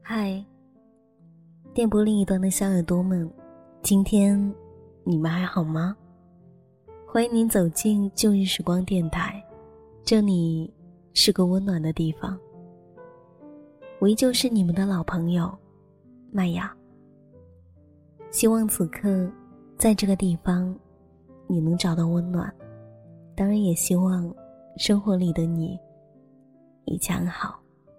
嗨，电波另一端的小耳朵们，今天你们还好吗？欢迎您走进旧日时光电台，这里是个温暖的地方。我依旧是你们的老朋友麦雅，希望此刻在这个地方你能找到温暖，当然也希望生活里的你一切安好。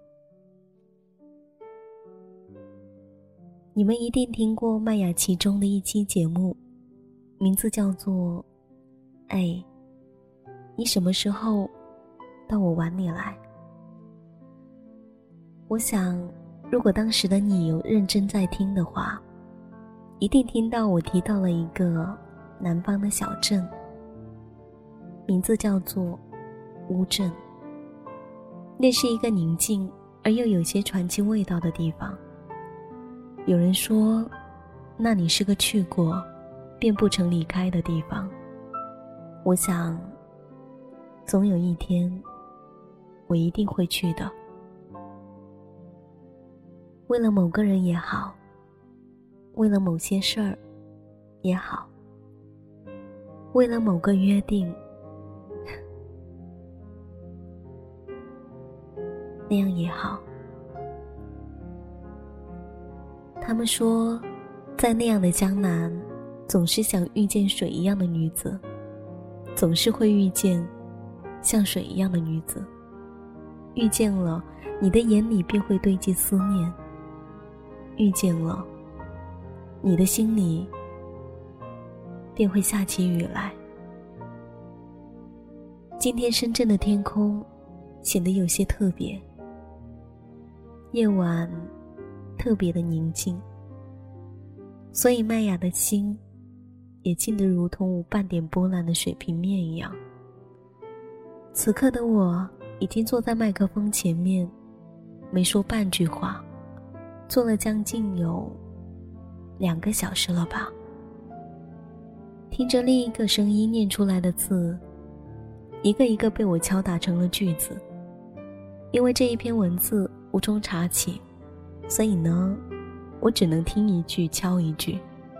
你们一定听过麦雅其中的一期节目，名字叫做哎，你什么时候到我碗里来？我想如果当时的你有认真在听的话，一定听到我提到了一个南方的小镇，名字叫做乌镇。那是一个宁静而又有些传奇味道的地方。有人说那里是个去过便不曾离开的地方，我想总有一天我一定会去的。为了某个人也好，为了某些事儿也好，为了某个约定那样也好。他们说在那样的江南，总是想遇见水一样的女子，总是会遇见像水一样的女子，遇见了你的眼里便会堆积思念，遇见了你的心里便会下起雨来。今天深圳的天空显得有些特别，夜晚特别的宁静，所以麦雅的心也静得如同无半点波澜的水平面一样。此刻的我已经坐在麦克风前面，没说半句话，坐了将近有2个小时了吧。听着另一个声音念出来的字，一个一个被我敲打成了句子。因为这一篇文字无从查起，所以呢，我只能听一句敲一句。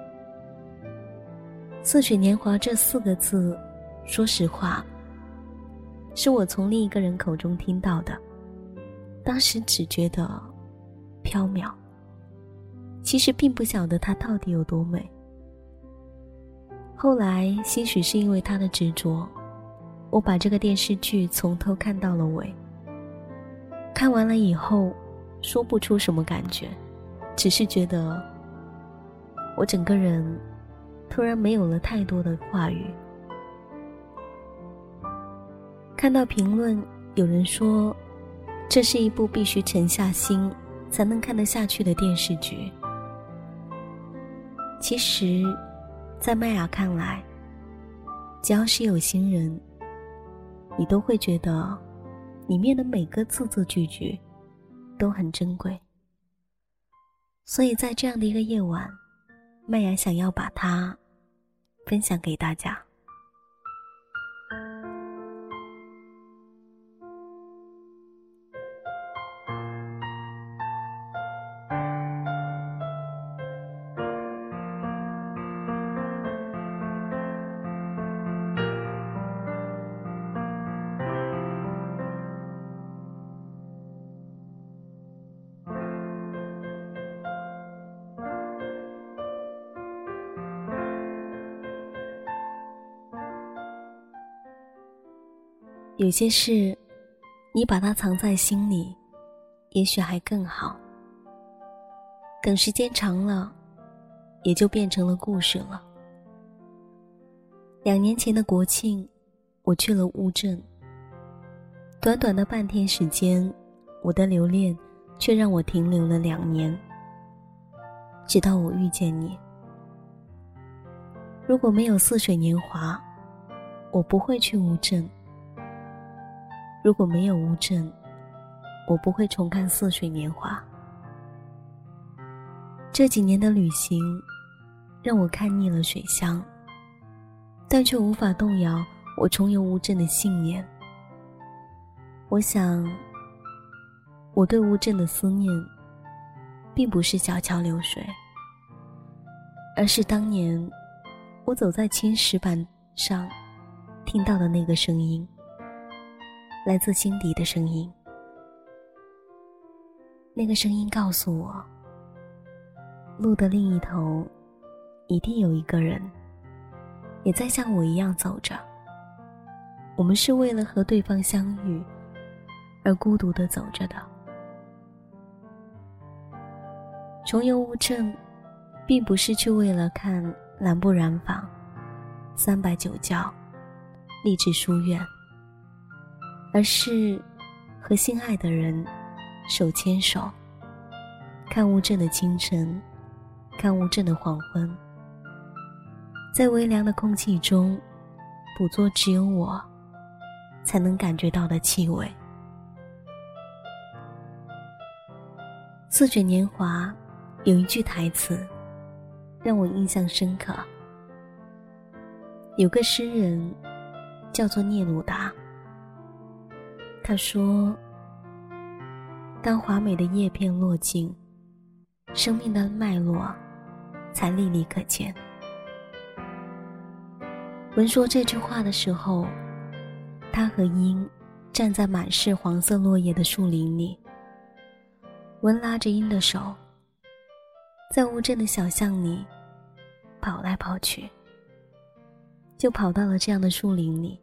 似水年华这4个字，说实话是我从另一个人口中听到的，当时只觉得缥缈，其实并不晓得它到底有多美。后来兴许是因为他的执着，我把这个电视剧从头看到了尾。看完了以后说不出什么感觉，只是觉得我整个人突然没有了太多的话语。看到评论有人说这是一部必须沉下心才能看得下去的电视剧，其实在麦雅看来，只要是有心人，你都会觉得里面的每个字字句句都很珍贵。所以在这样的一个夜晚，麦雅想要把它分享给大家。有些事你把它藏在心里，也许还更好，等时间长了也就变成了故事了。2年前的国庆，我去了乌镇，短短的半天时间，我的留恋却让我停留了2年，直到我遇见你。如果没有似水年华，我不会去乌镇；如果没有乌镇，我不会重看似水年华。这几年的旅行让我看腻了水乡，但却无法动摇我重游乌镇的信念。我想我对乌镇的思念并不是小桥流水，而是当年我走在青石板上听到的那个声音，来自心底的声音。那个声音告诉我，路的另一头一定有一个人也在像我一样走着，我们是为了和对方相遇而孤独地走着的。重游乌镇并不是去为了看蓝布染坊、309教、励志书院，而是和心爱的人手牵手，看乌镇的清晨，看乌镇的黄昏，在微凉的空气中捕捉只有我才能感觉到的气味。似水年华有一句台词让我印象深刻，有个诗人叫做聂鲁达，他说，当华美的叶片落尽，生命的脉络才历历可见。闻说这句话的时候，他和鹰站在满是黄色落叶的树林里，文拉着鹰的手，在乌镇的小巷里跑来跑去，就跑到了这样的树林里。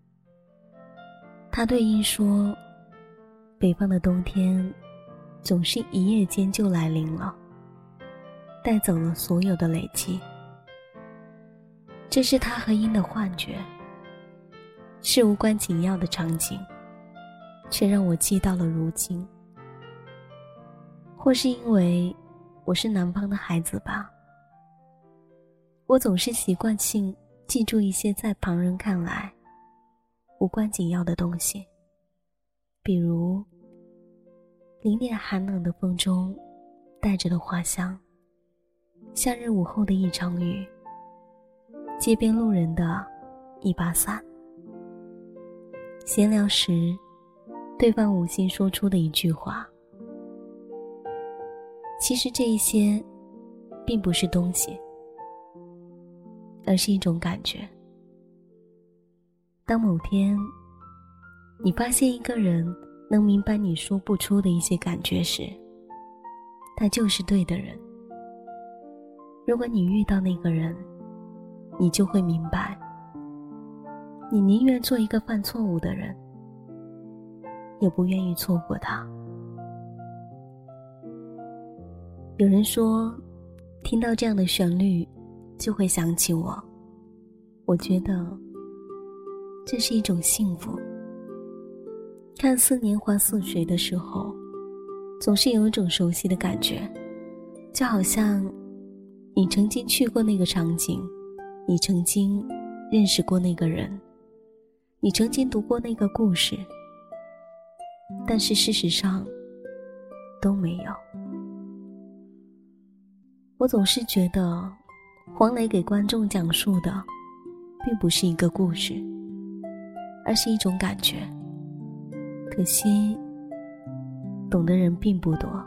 他对鹰说，北方的冬天总是一夜间就来临了，带走了所有的累积。这是他和鹰的幻觉，是无关紧要的场景，却让我记到了如今。或是因为我是南方的孩子吧，我总是习惯性记住一些在旁人看来无关紧要的东西，比如凛冽寒冷的风中带着的花香，夏日午后的一场雨，街边路人的一把伞，闲聊时对方无心说出的一句话。其实这一些并不是东西，而是一种感觉。当某天你发现一个人能明白你说不出的一些感觉时，他就是对的人。如果你遇到那个人，你就会明白，你宁愿做一个犯错误的人，也不愿意错过他。有人说，听到这样的旋律就会想起我，我觉得这是一种幸福。看似年华似水的时候，总是有一种熟悉的感觉，就好像你曾经去过那个场景，你曾经认识过那个人，你曾经读过那个故事，但是事实上都没有。我总是觉得黄磊给观众讲述的并不是一个故事，而是一种感觉。可惜懂的人并不多。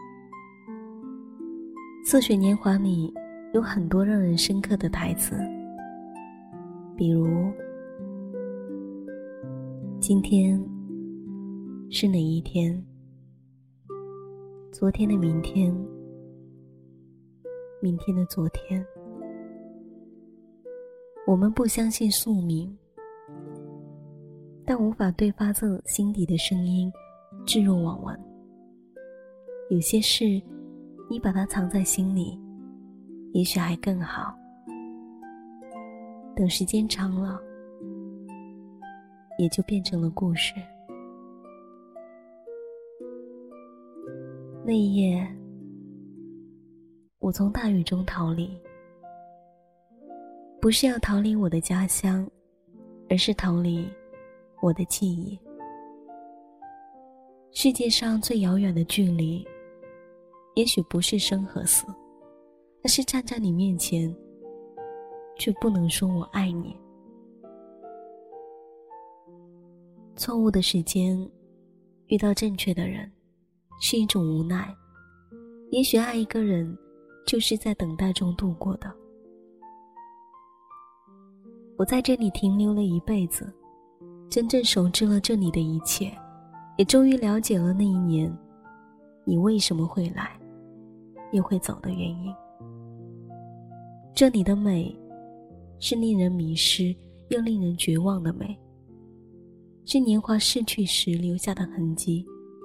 似水年华里有很多让人深刻的台词，比如今天是哪一天，昨天的明天，明天的昨天。我们不相信宿命，但无法对发自心底的声音置若罔闻。有些事你把它藏在心里，也许还更好。等时间长了，也就变成了故事。那一夜，我从大雨中逃离，不是要逃离我的家乡，而是逃离我的记忆。世界上最遥远的距离，也许不是生和死，而是站在你面前，却不能说我爱你。错误的时间，遇到正确的人，是一种无奈， 也许爱一个人就是在等待中度过的。我在这里停留了一辈子，真正熟知了这里的一切，也终于了解了那一年你为什么会来又会走的原因。这里的美是令人迷失又令人绝望的美，是年华逝去时留下的痕迹。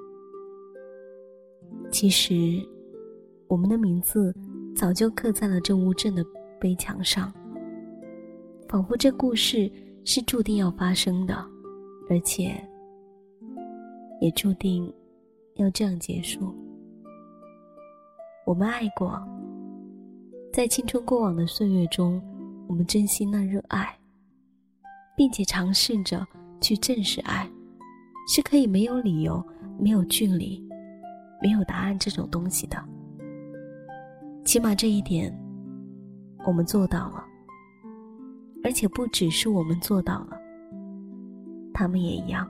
其实我们的名字早就刻在了这乌镇的碑墙上，仿佛这故事是注定要发生的，而且也注定要这样结束。我们爱过，在青春过往的岁月中，我们珍惜那热爱，并且尝试着去正视爱，是可以没有理由、没有距离、没有答案这种东西的。起码这一点我们做到了，而且不只是我们做到了，他们也一样。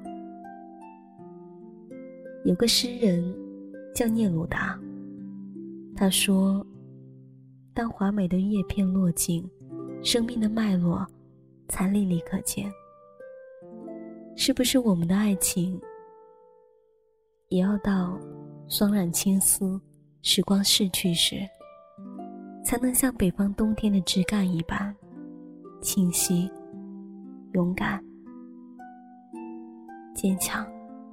有个诗人叫聂鲁达，他说，当华美的叶片落尽，生命的脉络才历历可见。是不是我们的爱情也要到霜染青丝，时光逝去时，才能像北方冬天的枝干一般清晰、勇敢、坚强？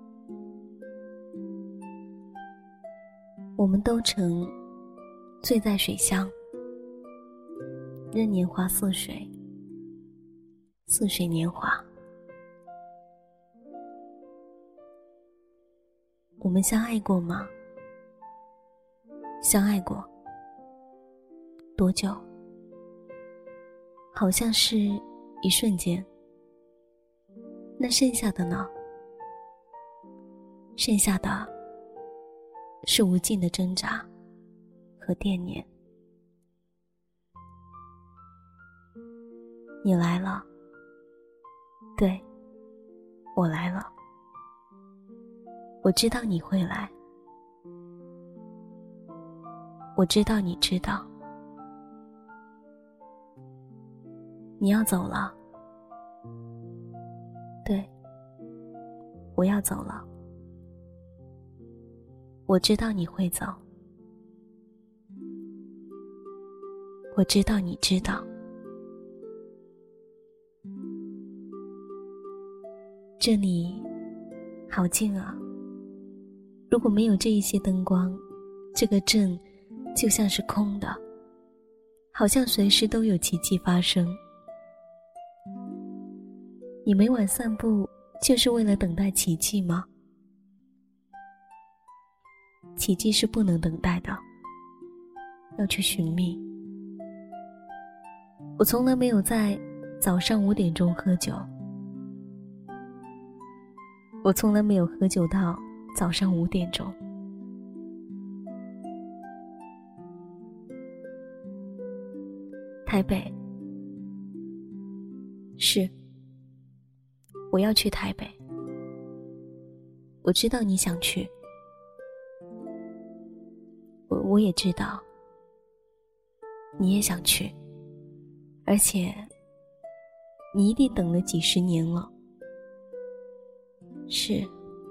我们都曾醉在水乡，任年华似水，似水年华。我们相爱过吗？相爱过。多久？好像是一瞬间。那剩下的呢？剩下的是无尽的挣扎和惦念。你来了，对，我来了。我知道你会来，我知道你知道。你要走了，对，我要走了。我知道你会走，我知道你知道。这里好静啊，如果没有这一些灯光，这个镇就像是空的，好像随时都有奇迹发生。你每晚散步就是为了等待奇迹吗？奇迹是不能等待的，要去寻觅。我从来没有在早上5点钟喝酒，我从来没有喝酒到早上5点钟。台北，是，我要去台北。我知道你想去，我也知道你也想去，而且你一定等了几十年了。是，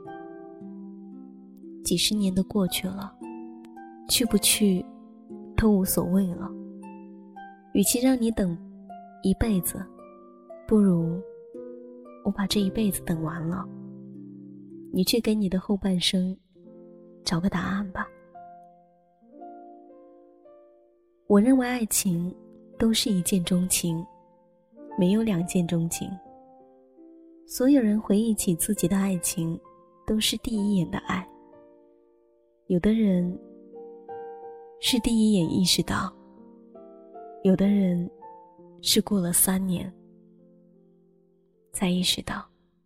几十年都过去了，去不去都无所谓了。与其让你等一辈子，不如我把这一辈子等完了，你去给你的后半生找个答案吧。我认为爱情都是一见钟情，没有两见钟情。所有人回忆起自己的爱情，都是第一眼的爱。有的人是第一眼意识到，有的人是过了3年才意识到。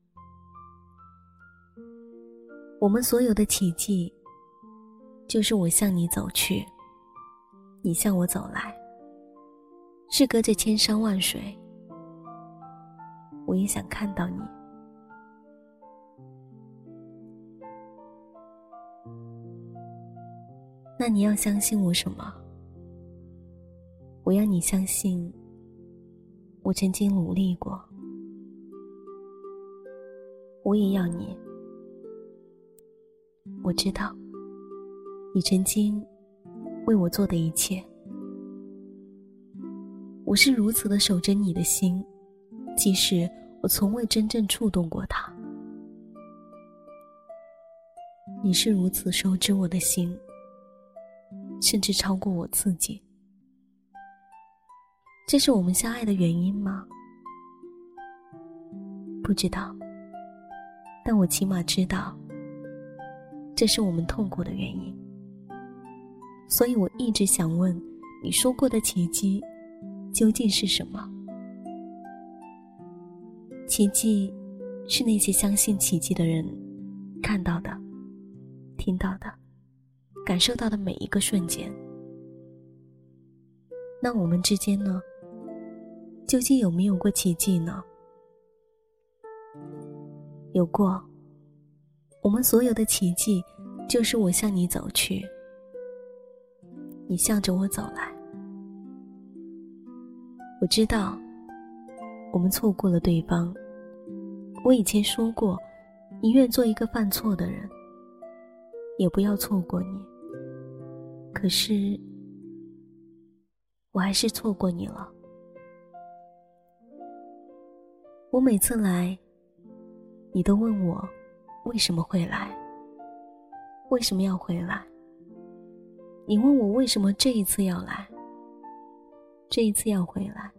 我们所有的奇迹，就是我向你走去，你向我走来，是隔着千山万水，我也想看到你。 那你要相信我什么？我要你相信我曾经努力过，我也要你，我知道你曾经为我做的一切，我是如此的守着你的心，即使我从未真正触动过它。你是如此熟知我的心，甚至超过我自己。这是我们相爱的原因吗？不知道，但我起码知道，这是我们痛苦的原因。所以我一直想问，你说过的奇迹究竟是什么？奇迹是那些相信奇迹的人看到的、听到的、感受到的每一个瞬间。那我们之间呢？究竟有没有过奇迹呢？有过。我们所有的奇迹，就是我向你走去，你向着我走来。我知道，我们错过了对方。我以前说过，宁愿做一个犯错的人，也不要错过你。可是，我还是错过你了。我每次来，你都问我为什么会来，为什么要回来。你问我为什么这一次要来，这一次要回来。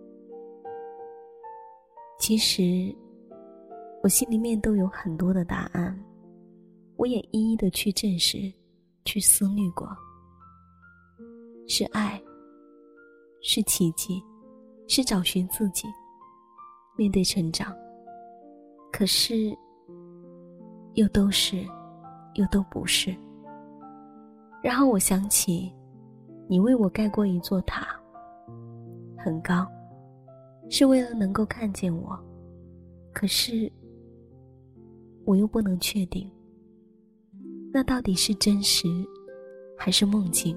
其实我心里面都有很多的答案，我也一一的去证实，去思虑过。是爱，是奇迹，是找寻自己，面对成长。可是又都是，又都不是。然后我想起你为我盖过一座塔，很高，是为了能够看见我。可是我又不能确定，那到底是真实还是梦境？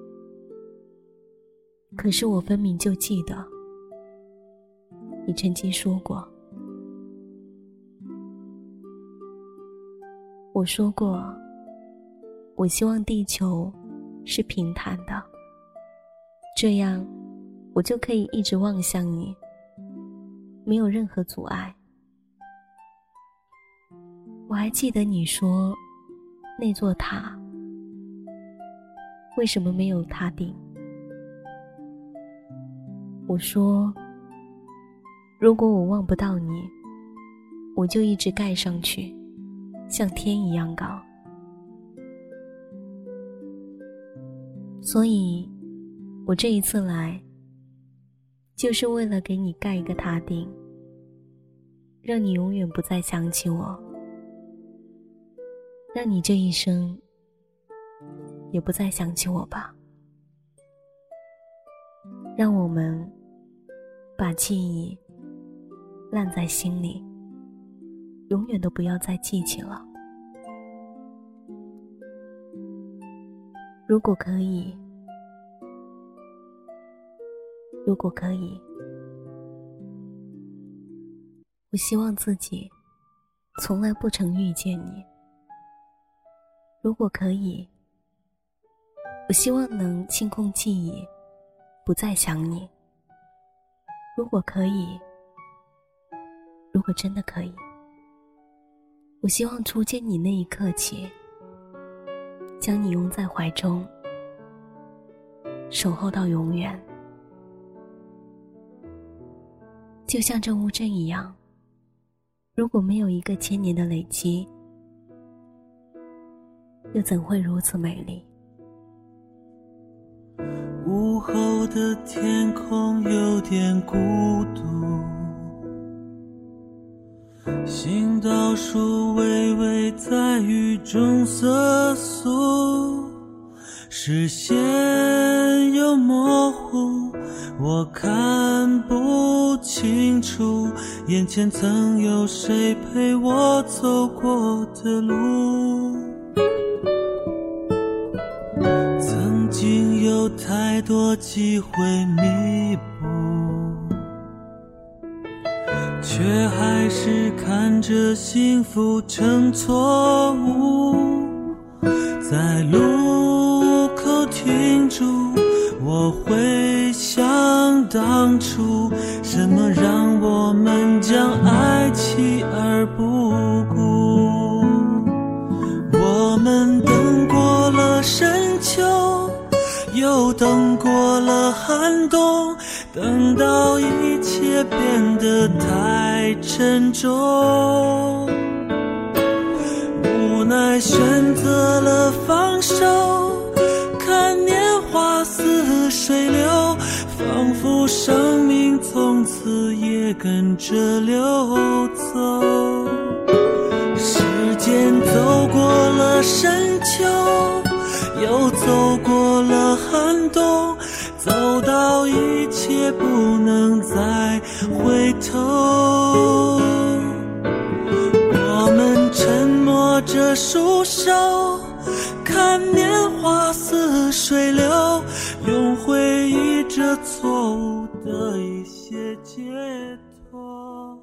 可是我分明就记得你曾经说过，我说过，我希望地球是平坦的，这样我就可以一直望向你，没有任何阻碍。我还记得你说，那座塔为什么没有塔顶？我说，如果我望不到你，我就一直盖上去，像天一样高。所以我这一次来，就是为了给你盖一个塔顶，让你永远不再想起我，让你这一生也不再想起我吧。让我们把记忆烂在心里，永远都不要再记起了。如果可以，如果可以，我希望自己从来不曾遇见你。如果可以，我希望能清空记忆，不再想你。如果可以，如果真的可以，我希望初见你那一刻起，将你拥在怀中，守候到永远。就像这乌镇一样，如果没有一个千年的累积，又怎会如此美丽？ 午后的天空有点孤独，行道树微微在雨中瑟缩，视线又模糊，我看不清楚眼前曾有谁陪我走过的路。 太多机会弥补，却还是看着幸福成错误。在路口停住，我会想当初，什么让我们将爱弃而不顾。我们等过了深秋，又等过了寒冬，等到一切变得太沉重，无奈选择了放手，看年华似水流，仿佛生命从此也跟着流走。时间走过了深秋，又走过了寒冬，走到一切不能再回头。我们沉默着束手，看年华似水流，用回忆这错误的一些解脱。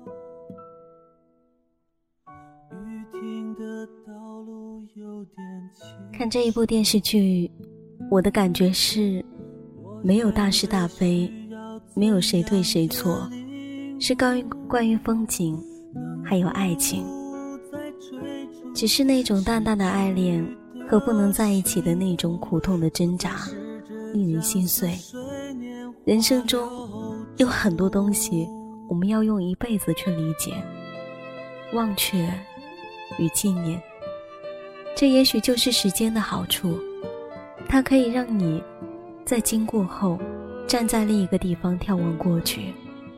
雨停的道路有点看这一部电视剧，我的感觉是没有大是大非，没有谁对谁错，是关于风景还有爱情，只是那种淡淡的爱恋和不能在一起的那种苦痛的挣扎，令人心碎。人生中有很多东西我们要用一辈子去理解、忘却与纪念，这也许就是时间的好处，它可以让你在经过后站在另一个地方眺望过去。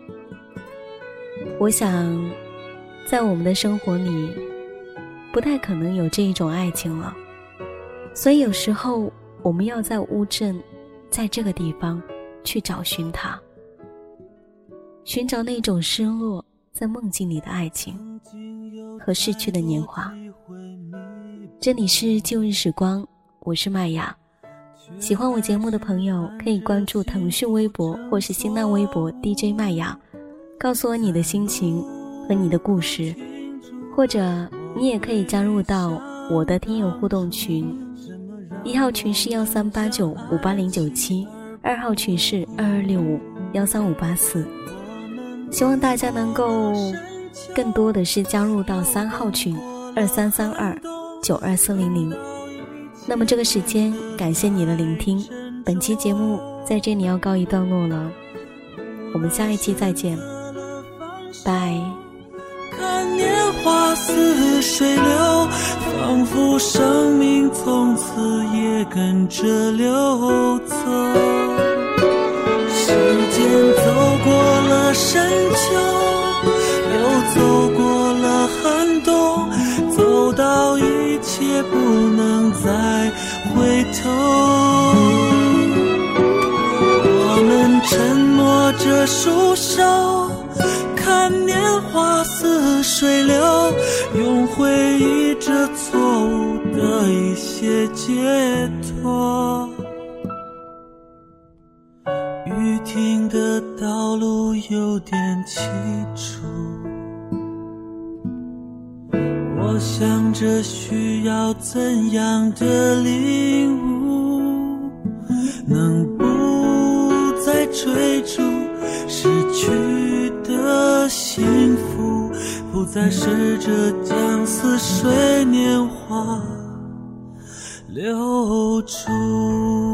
我想在我们的生活里不太可能有这一种爱情了，所以有时候我们要在乌镇，在这个地方去找寻它，寻找那种失落在梦境里的爱情和逝去的年华。这里是旧日时光，我是麦雅。喜欢我节目的朋友可以关注腾讯微博或是新浪微博 DJ 麦雅，告诉我你的心情和你的故事，或者你也可以加入到我的听友互动群，1号群是1389589097，2号群是2265-13584。希望大家能够更多的是加入到3号群2332-92400。那么这个时间感谢你的聆听，本期节目在这里要告一段落了，我们下一期再见，拜。 看年华似水流，仿佛生命从此也跟着流走。时间走过了深秋，又走过了寒冬，走到一切不能再回头。我们沉默着束手，看年华似水流，用回忆这错误的一些解脱。雨停的道路有点凄楚，我想着需要怎样的领悟，能不再追逐失去的幸福，不再试着将似水年华留住。